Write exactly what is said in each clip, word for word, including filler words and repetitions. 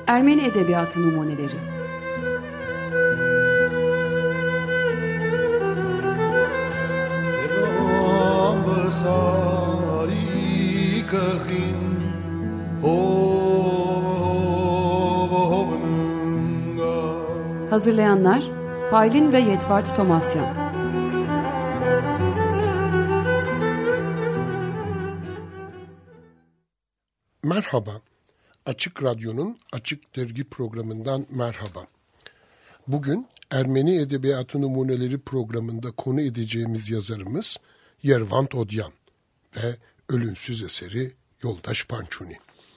Ermeni Edebiyatı Numuneleri. Hazırlayanlar Paylin ve Yetvart Tomasyan. Merhaba, Açık Radyo'nun Açık Dergi programından merhaba. Bugün Ermeni Edebiyatı Numuneleri programında konu edeceğimiz yazarımız Yervant Odyan ve ölümsüz eseri Yoldaş Pançuni.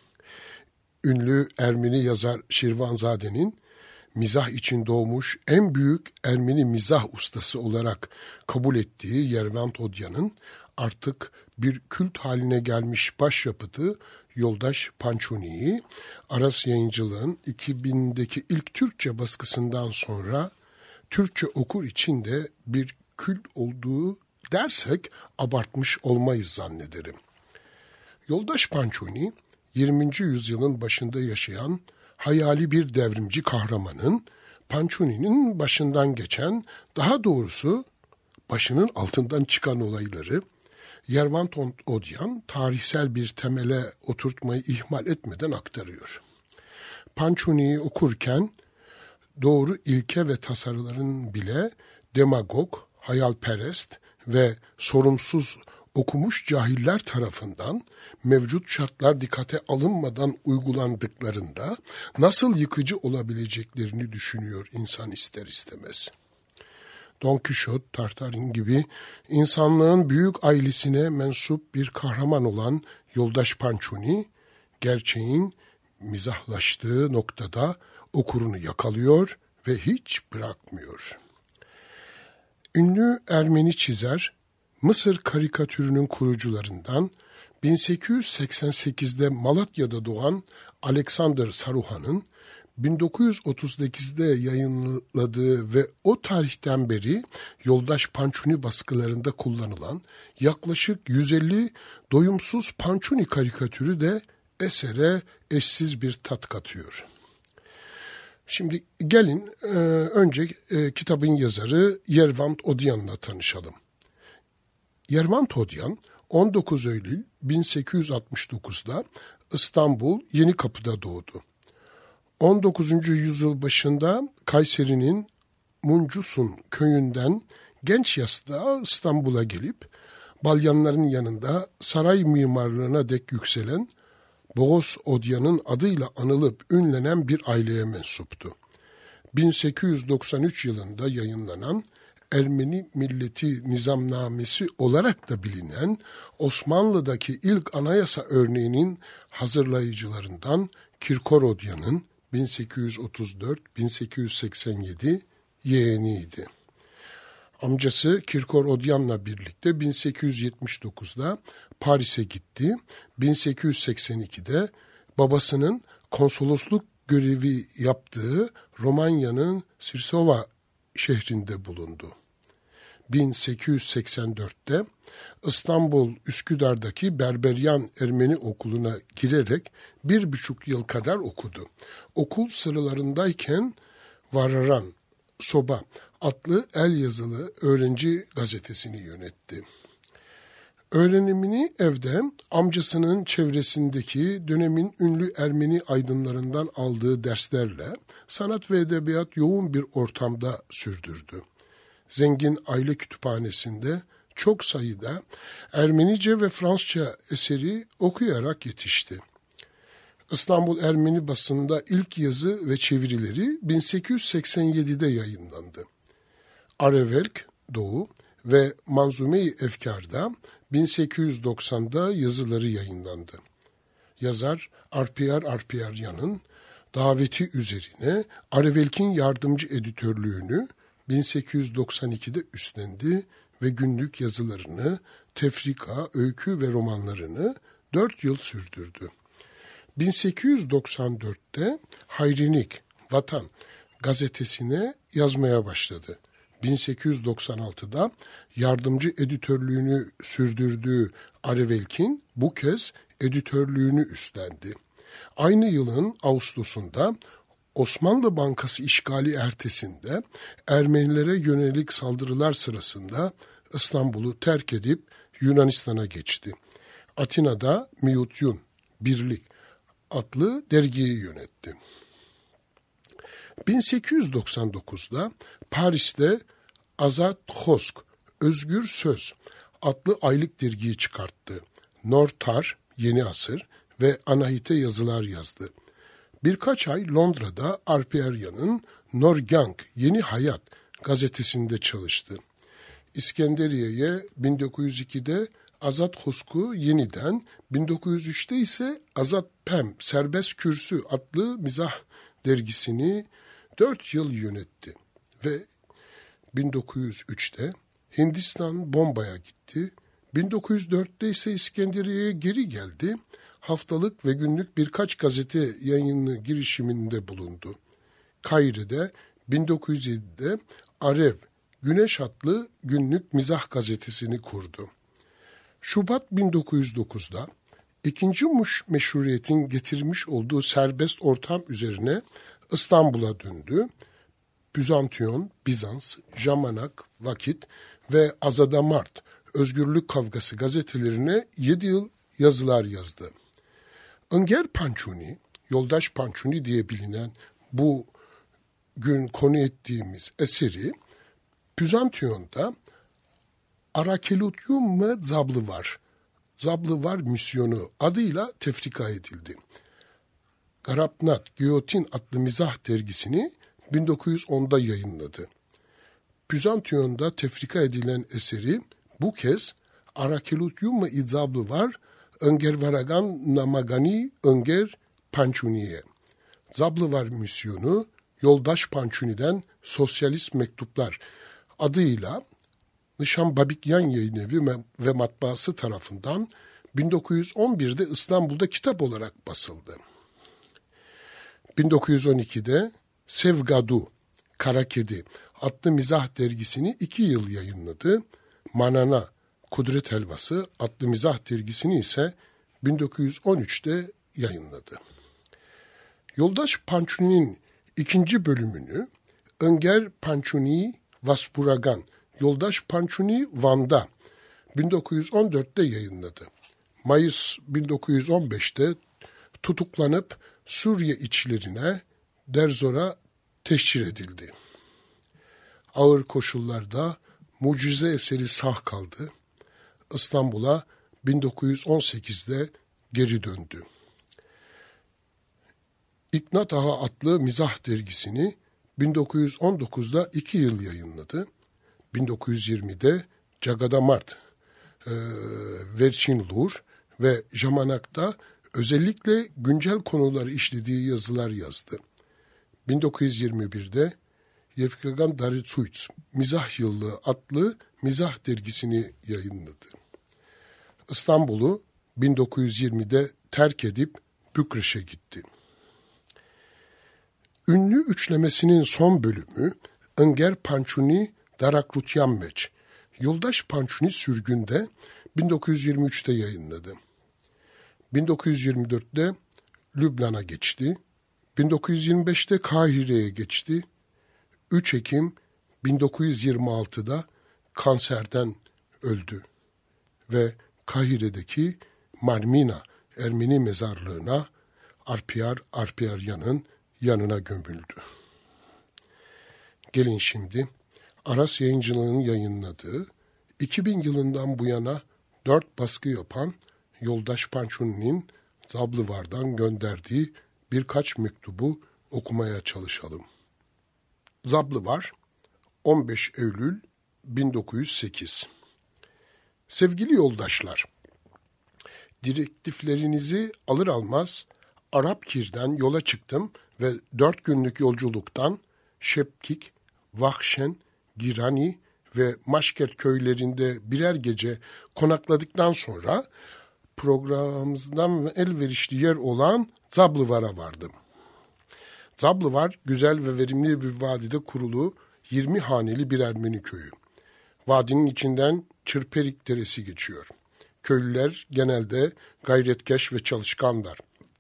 Ünlü Ermeni yazar Şirvanzade'nin mizah için doğmuş en büyük Ermeni mizah ustası olarak kabul ettiği Yervant Odyan'ın artık bir kült haline gelmiş başyapıtı Yoldaş Pançuni'yi Aras Yayıncılığın iki bindeki ilk Türkçe baskısından sonra Türkçe okur için de bir kült olduğu dersek abartmış olmayız zannederim. Yoldaş Pançuni, yirminci yüzyılın başında yaşayan hayali bir devrimci kahramanın, Pançuni'nin başından geçen, daha doğrusu başının altından çıkan olayları, Yervant Odyan tarihsel bir temele oturtmayı ihmal etmeden aktarıyor. Pançuni'yi okurken doğru ilke ve tasarıların bile demagog, hayalperest ve sorumsuz okumuş cahiller tarafından mevcut şartlar dikkate alınmadan uygulandıklarında nasıl yıkıcı olabileceklerini düşünüyor insan ister istemez. Don Quixote, Tartarin gibi insanlığın büyük ailesine mensup bir kahraman olan Yoldaş Pançuni, gerçeğin mizahlaştığı noktada okurunu yakalıyor ve hiç bırakmıyor. Ünlü Ermeni çizer, Mısır karikatürünün kurucularından bin sekiz yüz seksen sekizde Malatya'da doğan Alexander Saruhan'ın bin dokuz yüz otuz sekizde yayınladığı ve o tarihten beri Yoldaş Pançuni baskılarında kullanılan yaklaşık yüz elli doyumsuz Pançuni karikatürü de esere eşsiz bir tat katıyor. Şimdi gelin e, önce e, kitabın yazarı Yervant Odyan'la tanışalım. Yervant Odyan on dokuz Eylül bin sekiz yüz altmış dokuzda İstanbul Yenikapı'da doğdu. on dokuzuncu yüzyıl başında Kayseri'nin Muncusun köyünden genç yaşta İstanbul'a gelip Balyanların yanında saray mimarlığına dek yükselen Boğaz Odyan'ın adıyla anılıp ünlenen bir aileye mensuptu. bin sekiz yüz doksan üç yılında yayınlanan Ermeni Milleti Nizamnamesi olarak da bilinen Osmanlı'daki ilk anayasa örneğinin hazırlayıcılarından Kirkor Odyan'ın bin sekiz yüz otuz dört bin sekiz yüz seksen yedi yeğeniydi. Amcası Kirkor Odyan'la birlikte bin sekiz yüz yetmiş dokuzda Paris'e gitti. bin sekiz yüz seksen ikide babasının konsolosluk görevi yaptığı Romanya'nın Sirsova şehrinde bulundu. bin sekiz yüz seksen dörtte İstanbul Üsküdar'daki Berberyan Ermeni Okulu'na girerek bir buçuk yıl kadar okudu. Okul sıralarındayken Vararan Soba adlı el yazılı öğrenci gazetesini yönetti. Öğrenimini evde amcasının çevresindeki dönemin ünlü Ermeni aydınlarından aldığı derslerle sanat ve edebiyat yoğun bir ortamda sürdürdü. Zengin aile kütüphanesinde çok sayıda Ermenice ve Fransızca eseri okuyarak yetişti. İstanbul Ermeni basınında ilk yazı ve çevirileri bin sekiz yüz seksen yedide yayınlandı. Arevelk Doğu ve Manzume-i Efkar'da bin sekiz yüz doksanda yazıları yayınlandı. Yazar Arpiyar Arpiyaryan'ın daveti üzerine Arevelk'in yardımcı editörlüğünü bin sekiz yüz doksan ikide üstlendi ve günlük yazılarını, tefrika, öykü ve romanlarını dört yıl sürdürdü. bin sekiz yüz doksan dörtte Hayrinik, Vatan gazetesine yazmaya başladı. bin sekiz yüz doksan altıda yardımcı editörlüğünü sürdürdüğü Arevelk'in bu kez editörlüğünü üstlendi. Aynı yılın Ağustos'unda Osmanlı Bankası işgali ertesinde Ermenilere yönelik saldırılar sırasında İstanbul'u terk edip Yunanistan'a geçti. Atina'da Miutyun Birlik adlı dergiyi yönetti. bin sekiz yüz doksan dokuzda Paris'te Azad Xosk, Özgür Söz adlı aylık dergiyi çıkarttı. Nortar, Yeni Asır ve Anahite yazılar yazdı. Birkaç ay Londra'da Arpiyeryan'ın Norgang, Yeni Hayat gazetesinde çalıştı. İskenderiye'ye bin dokuz yüz ikide Azad Xosk'u yeniden, bin dokuz yüz üçte ise Azad Pem, Serbest Kürsü adlı mizah dergisini dört yıl yönetti ve bin dokuz yüz üçte Hindistan Bombay'a gitti. bin dokuz yüz dörtte ise İskenderiye'ye geri geldi. Haftalık ve günlük birkaç gazete yayını girişiminde bulundu. Kahire'de bin dokuz yüz yedide Arev, Güneş adlı günlük mizah gazetesini kurdu. Şubat bin dokuz yüz dokuzda ikinci meşruiyetin getirmiş olduğu serbest ortam üzerine İstanbul'a döndü. Bizantiyon, Bizans, Jamanak, Vakit ve Azadamart, Özgürlük Kavgası gazetelerine yedi yıl yazılar yazdı. Önger Pançuni, Yoldaş Pançuni diye bilinen bu gün konu ettiğimiz eseri Bizantiyon'da Arakelutyum mı Zablı var, Zablı var misyonu adıyla tefrika edildi. Garapnat, Giyotin adlı mizah dergisini bin dokuz yüz onda yayınladı. Bizantiyon'da tefrika edilen eseri bu kez Arakelutyum mu Zablı var, Önger Varagan Namagani Önger Pançuni'ye. Zablı var misyonu Yoldaş Pançuni'den Sosyalist Mektuplar adıyla Nişan Babikyan Yayınevi ve matbaası tarafından bin dokuz yüz on birde İstanbul'da kitap olarak basıldı. bin dokuz yüz on ikide Sevgadu, Kara Kedi adlı mizah dergisini iki yıl yayınladı. Manana, Kudret Helvası adlı mizah dergisini ise bin dokuz yüz on üçte yayınladı. Yoldaş Pançuni'nin ikinci bölümünü Önger Pançuni Vaspuragan, Yoldaş Pançuni Van'da bin dokuz yüz on dörtte yayınladı. Mayıs bin dokuz yüz on beşte tutuklanıp Suriye içlerine Derzor'a teşhir edildi. Ağır koşullarda mucize eseri sağ kaldı. İstanbul'a bin dokuz yüz on sekizde geri döndü. İknat Ağa adlı mizah dergisini bin dokuz yüz on dokuzda iki yıl yayınladı. bin dokuz yüz yirmide Cagadamart, e, Verçin Lur ve Jamanak'ta özellikle güncel konuları işlediği yazılar yazdı. bin dokuz yüz yirmi birde Yevkagan Daritsuits, Mizah Yıllığı adlı mizah dergisini yayınladı. İstanbul'u bin dokuz yüz yirmide terk edip Bükreş'e gitti. Ünlü üçlemesinin son bölümü Önger Pançuni Darakrutyanmeç, Yoldaş Pançuni Sürgün'de bin dokuz yüz yirmi üçte yayınladı. bin dokuz yüz yirmi dörtte Lübnan'a geçti. bin dokuz yüz yirmi beşte Kahire'ye geçti. üç Ekim bin dokuz yüz yirmi altıda kanserden öldü ve Kahire'deki Marmina Ermeni mezarlığına Arpiyar Arpiyeryan'ın yanına gömüldü. Gelin şimdi Aras Yayıncılığı'nın yayınladığı iki bin yılından bu yana dört baskı yapan Yoldaş Pançuni'nin Zablıvar'dan gönderdiği birkaç mektubu okumaya çalışalım. Zablıvar, on beş Eylül bin dokuz yüz sekiz. Sevgili yoldaşlar, direktiflerinizi alır almaz Arapkir'den yola çıktım ve dört günlük yolculuktan Şepkik, Vahşen, Girani ve Maşket köylerinde birer gece konakladıktan sonra programımızdan elverişli yer olan Zablıvar'a vardım. Zablıvar güzel ve verimli bir vadide kurulu yirmi haneli bir Ermeni köyü. Vadinin içinden Çırperik Deresi geçiyor. Köylüler genelde gayretkeş ve çalışkanlar.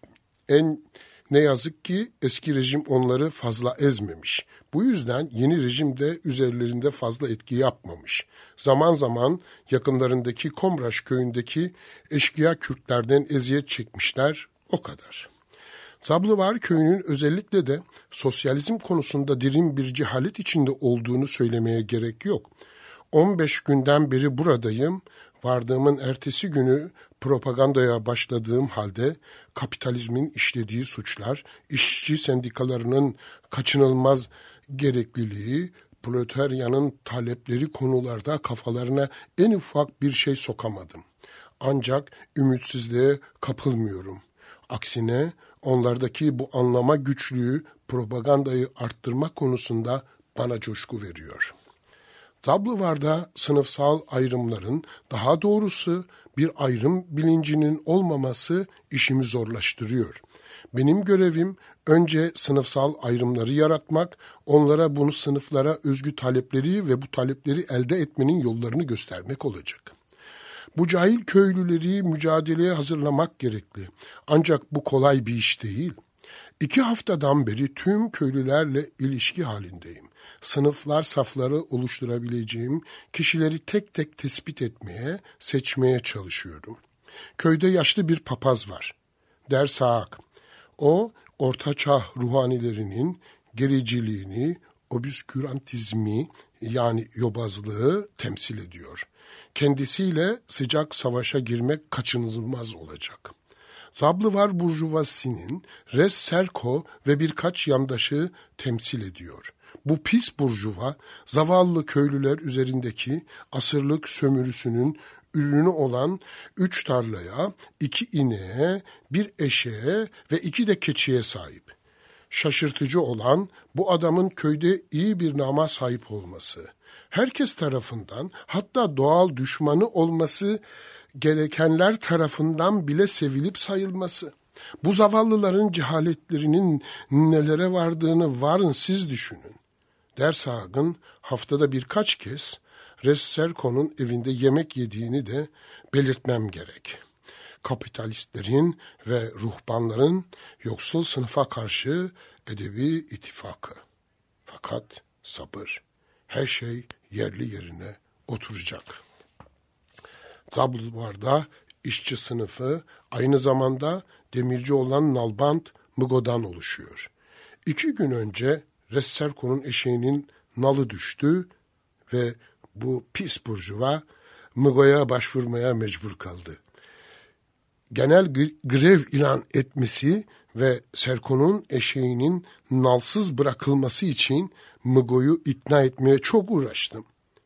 En ne yazık ki eski rejim onları fazla ezmemiş. Bu yüzden yeni rejim de üzerlerinde fazla etki yapmamış. Zaman zaman yakınlarındaki Komraş köyündeki eşkıya Kürtlerden eziyet çekmişler, o kadar. Zablıvar köyünün özellikle de sosyalizm konusunda derin bir cehalet içinde olduğunu söylemeye gerek yok. on beş günden beri buradayım. Vardığımın ertesi günü propagandaya başladığım halde kapitalizmin işlediği suçlar, işçi sendikalarının kaçınılmaz gerekliliği, proletaryanın talepleri konularda kafalarına en ufak bir şey sokamadım. Ancak ümitsizliğe kapılmıyorum. Aksine onlardaki bu anlama güçlüğü propagandayı arttırmak konusunda bana coşku veriyor. Zablıvar'da sınıfsal ayrımların, daha doğrusu bir ayrım bilincinin olmaması işimi zorlaştırıyor. Benim görevim önce sınıfsal ayrımları yaratmak, onlara bunu sınıflara özgü talepleri ve bu talepleri elde etmenin yollarını göstermek olacak. Bu cahil köylüleri mücadeleye hazırlamak gerekli. Ancak bu kolay bir iş değil. İki haftadan beri tüm köylülerle ilişki halindeyim. Sınıflar safları oluşturabileceğim kişileri tek tek tespit etmeye, seçmeye çalışıyorum. Köyde yaşlı bir papaz var. Dersaak. O, ortaçağ ruhanilerinin gericiliğini, obüskürantizmi yani yobazlığı temsil ediyor. Kendisiyle sıcak savaşa girmek kaçınılmaz olacak. Zablıvar burjuvasinin res serko ve birkaç yandaşı temsil ediyor. Bu pis burjuva, zavallı köylüler üzerindeki asırlık sömürüsünün ürünü olan üç tarlaya, iki ineğe, bir eşeğe ve iki de keçiye sahip. Şaşırtıcı olan bu adamın köyde iyi bir nama sahip olması. Herkes tarafından, hatta doğal düşmanı olması gerekenler tarafından bile sevilip sayılması. Bu zavallıların cehaletlerinin nelere vardığını varın siz düşünün. Dersaak'ın haftada birkaç kez Resserko'nun evinde yemek yediğini de belirtmem gerek. Kapitalistlerin ve ruhbanların yoksul sınıfa karşı edebi ittifakı. Fakat sabır, her şey yerli yerine oturacak. Zablıvar'da işçi sınıfı aynı zamanda demirci olan Nalbant Mıgo'dan oluşuyor. İki gün önce Resserko'nun eşeğinin nalı düştü ve bu pis burjuva Mıgo'ya başvurmaya mecbur kaldı. Genel grev ilan etmesi ve Serko'nun eşeğinin nalsız bırakılması için Mıgo'yu ikna etmeye çok uğraştım.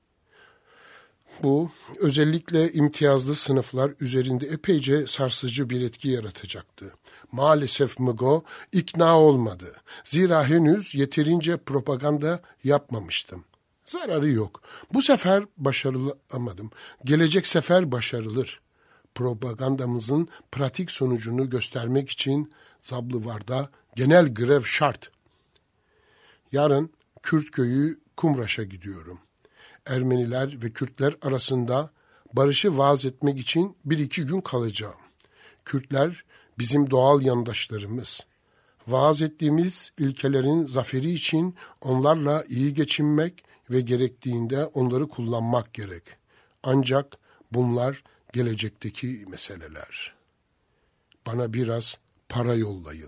Bu özellikle imtiyazlı sınıflar üzerinde epeyce sarsıcı bir etki yaratacaktı. Maalesef Mıgo ikna olmadı. Zira henüz yeterince propaganda yapmamıştım. Zararı yok. Bu sefer başarılamadım. Gelecek sefer başarılır. Propagandamızın pratik sonucunu göstermek için Zablıvar'da genel grev şart. Yarın Kürtköy'ü Kumraş'a gidiyorum. Ermeniler ve Kürtler arasında barışı vaaz etmek için bir iki gün kalacağım. Kürtler bizim doğal yandaşlarımız. Vaaz ettiğimiz ilkelerin zaferi için onlarla iyi geçinmek ve gerektiğinde onları kullanmak gerek. Ancak bunlar gelecekteki meseleler. Bana biraz para yollayın.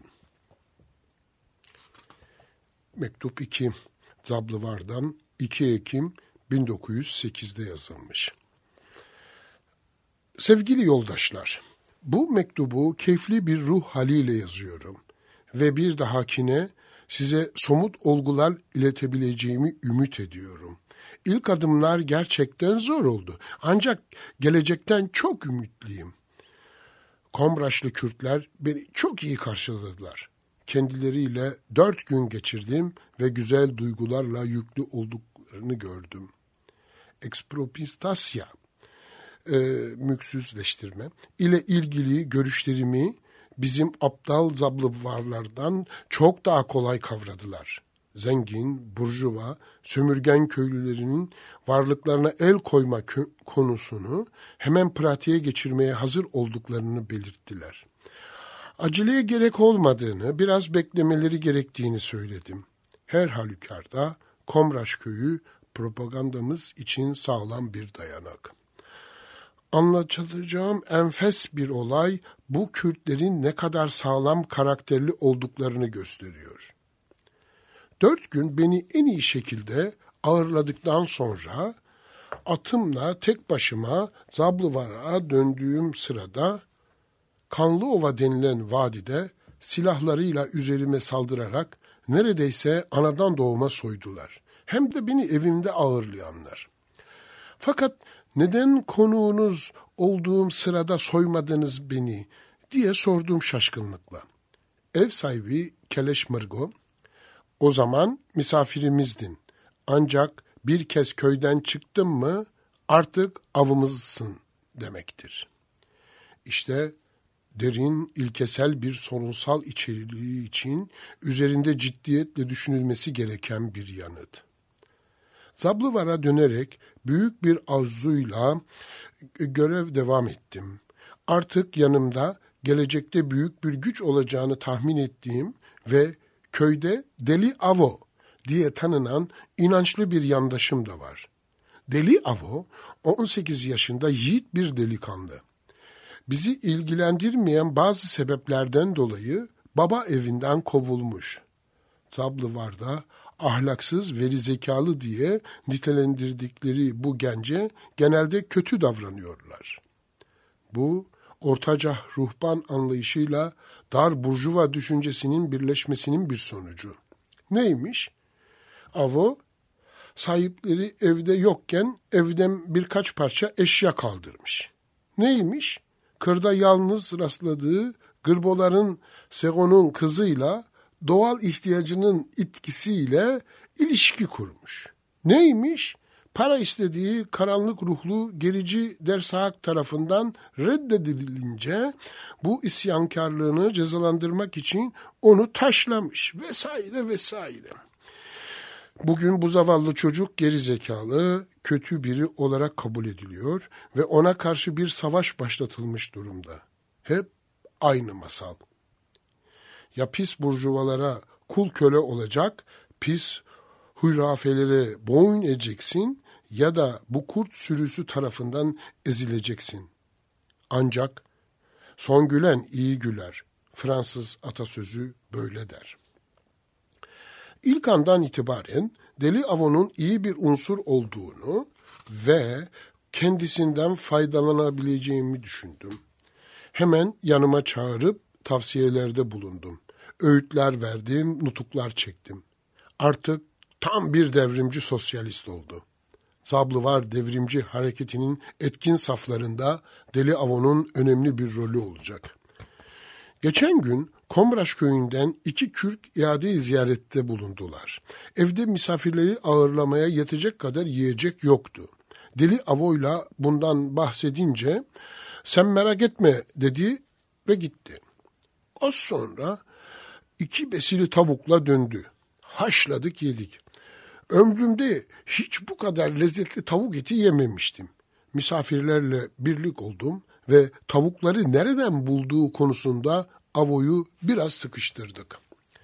Mektup iki. Zablıvar'dan iki Ekim bin dokuz yüz sekizde yazılmış. Sevgili yoldaşlar, bu mektubu keyifli bir ruh haliyle yazıyorum ve bir dahakine size somut olgular iletebileceğimi ümit ediyorum. İlk adımlar gerçekten zor oldu. Ancak gelecekten çok ümitliyim. Komraşlı Kürtler beni çok iyi karşıladılar. Kendileriyle dört gün geçirdim ve güzel duygularla yüklü olduklarını gördüm. Ekspropistasya, e, mülksüzleştirme ile ilgili görüşlerimi bizim aptal Zablıvarlardan çok daha kolay kavradılar. Zengin, burjuva, sömürgen köylülerinin varlıklarına el koyma kö- konusunu hemen pratiğe geçirmeye hazır olduklarını belirttiler. Aceleye gerek olmadığını, biraz beklemeleri gerektiğini söyledim. Her halükarda Komraş Köyü propagandamız için sağlam bir dayanak. Anlatacağım enfes bir olay bu Kürtlerin ne kadar sağlam karakterli olduklarını gösteriyor. Dört gün beni en iyi şekilde ağırladıktan sonra atımla tek başıma Zablıvar'a döndüğüm sırada Kanlıova denilen vadide silahlarıyla üzerime saldırarak neredeyse anadan doğuma soydular. Hem de beni evimde ağırlayanlar. Fakat neden konuğunuz olduğum sırada soymadınız beni diye sordum şaşkınlıkla. Ev sahibi Keleş Mırgo, o zaman misafirimizdin. Ancak bir kez köyden çıktın mı artık avımızsın demektir. İşte derin, ilkesel bir sorunsal içeriği için üzerinde ciddiyetle düşünülmesi gereken bir yanıt. Zablıvar'a dönerek büyük bir arzuyla görev devam ettim. Artık yanımda gelecekte büyük bir güç olacağını tahmin ettiğim ve köyde Deli Avo diye tanınan inançlı bir yandaşım da var. Deli Avo on sekiz yaşında yiğit bir delikanlı. Bizi ilgilendirmeyen bazı sebeplerden dolayı baba evinden kovulmuş. Zablıvar'da ahlaksız, veri zekalı diye nitelendirdikleri bu gence genelde kötü davranıyorlar. Bu ortaca ruhban anlayışıyla dar burjuva düşüncesinin birleşmesinin bir sonucu. Neymiş? Avo, sahipleri evde yokken evden birkaç parça eşya kaldırmış. Neymiş? Kırda yalnız rastladığı Gırboların Segon'un kızıyla doğal ihtiyacının itkisiyle ilişki kurmuş. Neymiş? Para istediği karanlık ruhlu gerici Dersahak tarafından reddedilince bu isyankarlığını cezalandırmak için onu taşlamış vesaire vesaire. Bugün bu zavallı çocuk gerizekalı, kötü biri olarak kabul ediliyor ve ona karşı bir savaş başlatılmış durumda. Hep aynı masal. Ya pis burjuvalara kul köle olacak, pis hurafelere boyun eğeceksin ya da bu kurt sürüsü tarafından ezileceksin. Ancak son gülen iyi güler. Fransız atasözü böyle der. İlk andan itibaren Deli Avo'nun iyi bir unsur olduğunu ve kendisinden faydalanabileceğimi düşündüm. Hemen yanıma çağırıp tavsiyelerde bulundum. Öğütler verdim, nutuklar çektim. Artık tam bir devrimci sosyalist oldu. Zablıvar devrimci hareketinin etkin saflarında Deli Avo'nun önemli bir rolü olacak. Geçen gün Komraş köyünden iki Kürk iade-i ziyarette bulundular. Evde misafirleri ağırlamaya yetecek kadar yiyecek yoktu. Deli Avo'yla bundan bahsedince sen merak etme dedi ve gitti. Az sonra iki besili tavukla döndü. Haşladık yedik. Ömrümde hiç bu kadar lezzetli tavuk eti yememiştim. Misafirlerle birlik oldum ve tavukları nereden bulduğu konusunda Avo'yu biraz sıkıştırdık.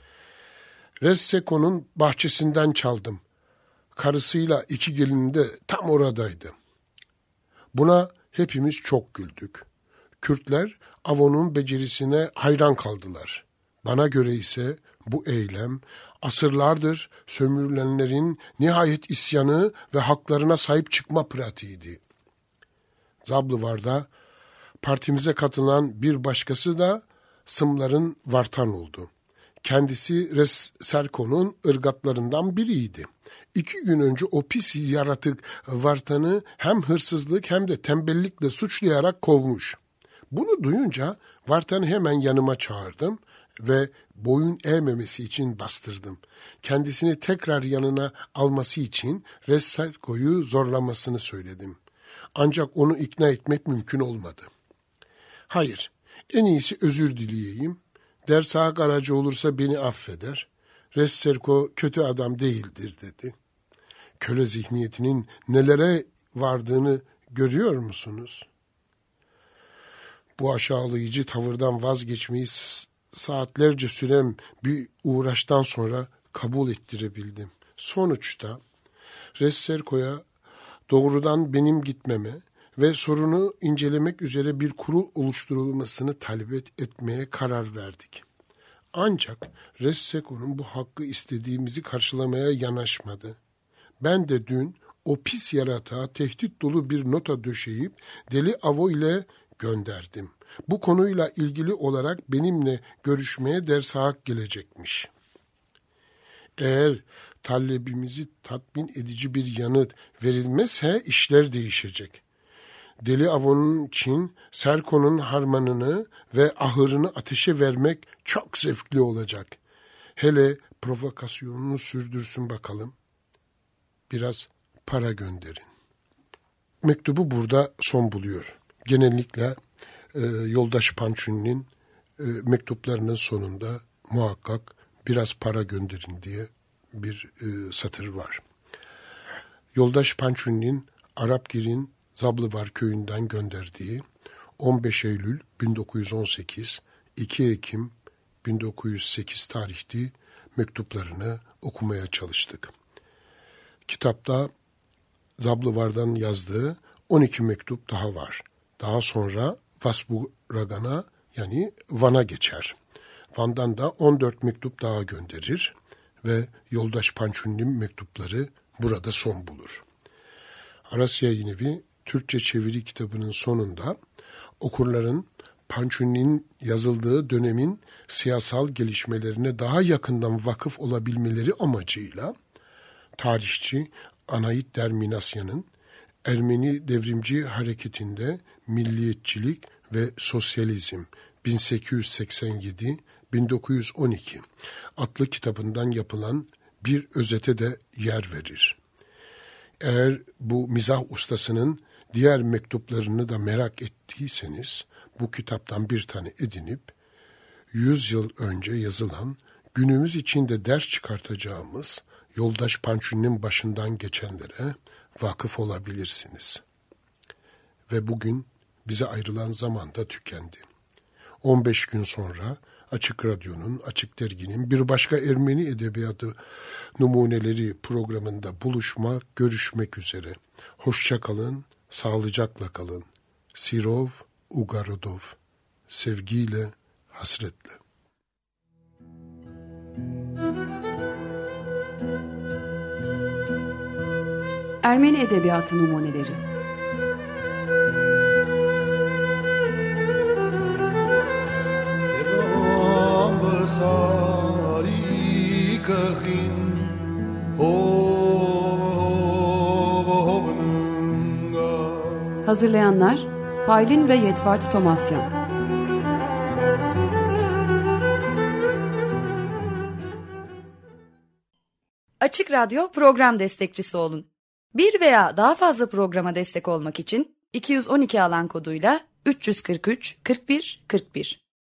Resseko'nun bahçesinden çaldım. Karısıyla iki gelini de tam oradaydı. Buna hepimiz çok güldük. Kürtler Avo'nun becerisine hayran kaldılar. Bana göre ise bu eylem asırlardır sömürülenlerin nihayet isyanı ve haklarına sahip çıkma pratiğiydi. Zablıvar'da partimize katılan bir başkası da Sımların Vartan oldu. Kendisi Resserko'nun ırgatlarından biriydi. İki gün önce o pis yaratık Vartan'ı hem hırsızlık hem de tembellikle suçlayarak kovmuş. Bunu duyunca Vartan'ı hemen yanıma çağırdım ve boyun eğmemesi için bastırdım. Kendisini tekrar yanına alması için Resserko'yu zorlamasını söyledim. Ancak onu ikna etmek mümkün olmadı. Hayır, en iyisi özür dileyeyim. Dersahak aracı olursa beni affeder. Resserko kötü adam değildir dedi. Köle zihniyetinin nelere vardığını görüyor musunuz? Bu aşağılayıcı tavırdan vazgeçmeyi saatlerce süren bir uğraştan sonra kabul ettirebildim. Sonuçta Resserko'ya doğrudan benim gitmeme ve sorunu incelemek üzere bir kurul oluşturulmasını talep etmeye karar verdik. Ancak Resserko'nun bu hakkı istediğimizi karşılamaya yanaşmadı. Ben de dün o pis yaratığa tehdit dolu bir nota döşeyip Deli Avo ile gönderdim. Bu konuyla ilgili olarak benimle görüşmeye dersahak gelecekmiş. Eğer talebimizi tatmin edici bir yanıt verilmezse işler değişecek. Deli Avo'nun için Serko'nun harmanını ve ahırını ateşe vermek çok zevkli olacak. Hele provokasyonunu sürdürsün bakalım. Biraz para gönderin. Mektubu burada son buluyor. Genellikle e, Yoldaş Pançuni'nin e, mektuplarının sonunda muhakkak biraz para gönderin diye bir e, satır var. Yoldaş Pançuni'nin Arapgir'in Zablıvar köyünden gönderdiği on beş Eylül bin dokuz yüz on sekiz, iki Ekim bin dokuz yüz sekiz tarihli mektuplarını okumaya çalıştık. Kitapta Zablıvar'dan yazdığı on iki mektup daha var. Daha sonra Vasburagan'a yani Van'a geçer. Van'dan da on dört mektup daha gönderir ve Yoldaş Pançuni'nin mektupları burada son bulur. Aras Yayınevi Türkçe çeviri kitabının sonunda okurların Pançuni'nin yazıldığı dönemin siyasal gelişmelerine daha yakından vakıf olabilmeleri amacıyla tarihçi Anahit Derminasya'nın Ermeni Devrimci Hareketi'nde Milliyetçilik ve Sosyalizm bin sekiz yüz seksen yedi bin dokuz yüz on iki adlı kitabından yapılan bir özete de yer verir. Eğer bu mizah ustasının diğer mektuplarını da merak ettiyseniz bu kitaptan bir tane edinip yüz yıl önce yazılan günümüz içinde ders çıkartacağımız Yoldaş Pançuni'nin başından geçenlere vakıf olabilirsiniz. Ve bugün bize ayrılan zaman da tükendi. on beş gün sonra Açık Radyo'nun, Açık Dergi'nin bir başka Ermeni Edebiyatı Numuneleri programında buluşmak, görüşmek üzere. Hoşça kalın, sağlıcakla kalın. Sirov Ugarodov, sevgiyle, hasretle. Ermeni Edebiyatı Numuneleri. Hazırlayanlar Paylin ve Yetvart Tomasyan. Açık Radyo program destekçisi olun. Bir veya daha fazla programa destek olmak için iki yüz on iki alan koduyla üç yüz kırk üç kırk bir kırk bir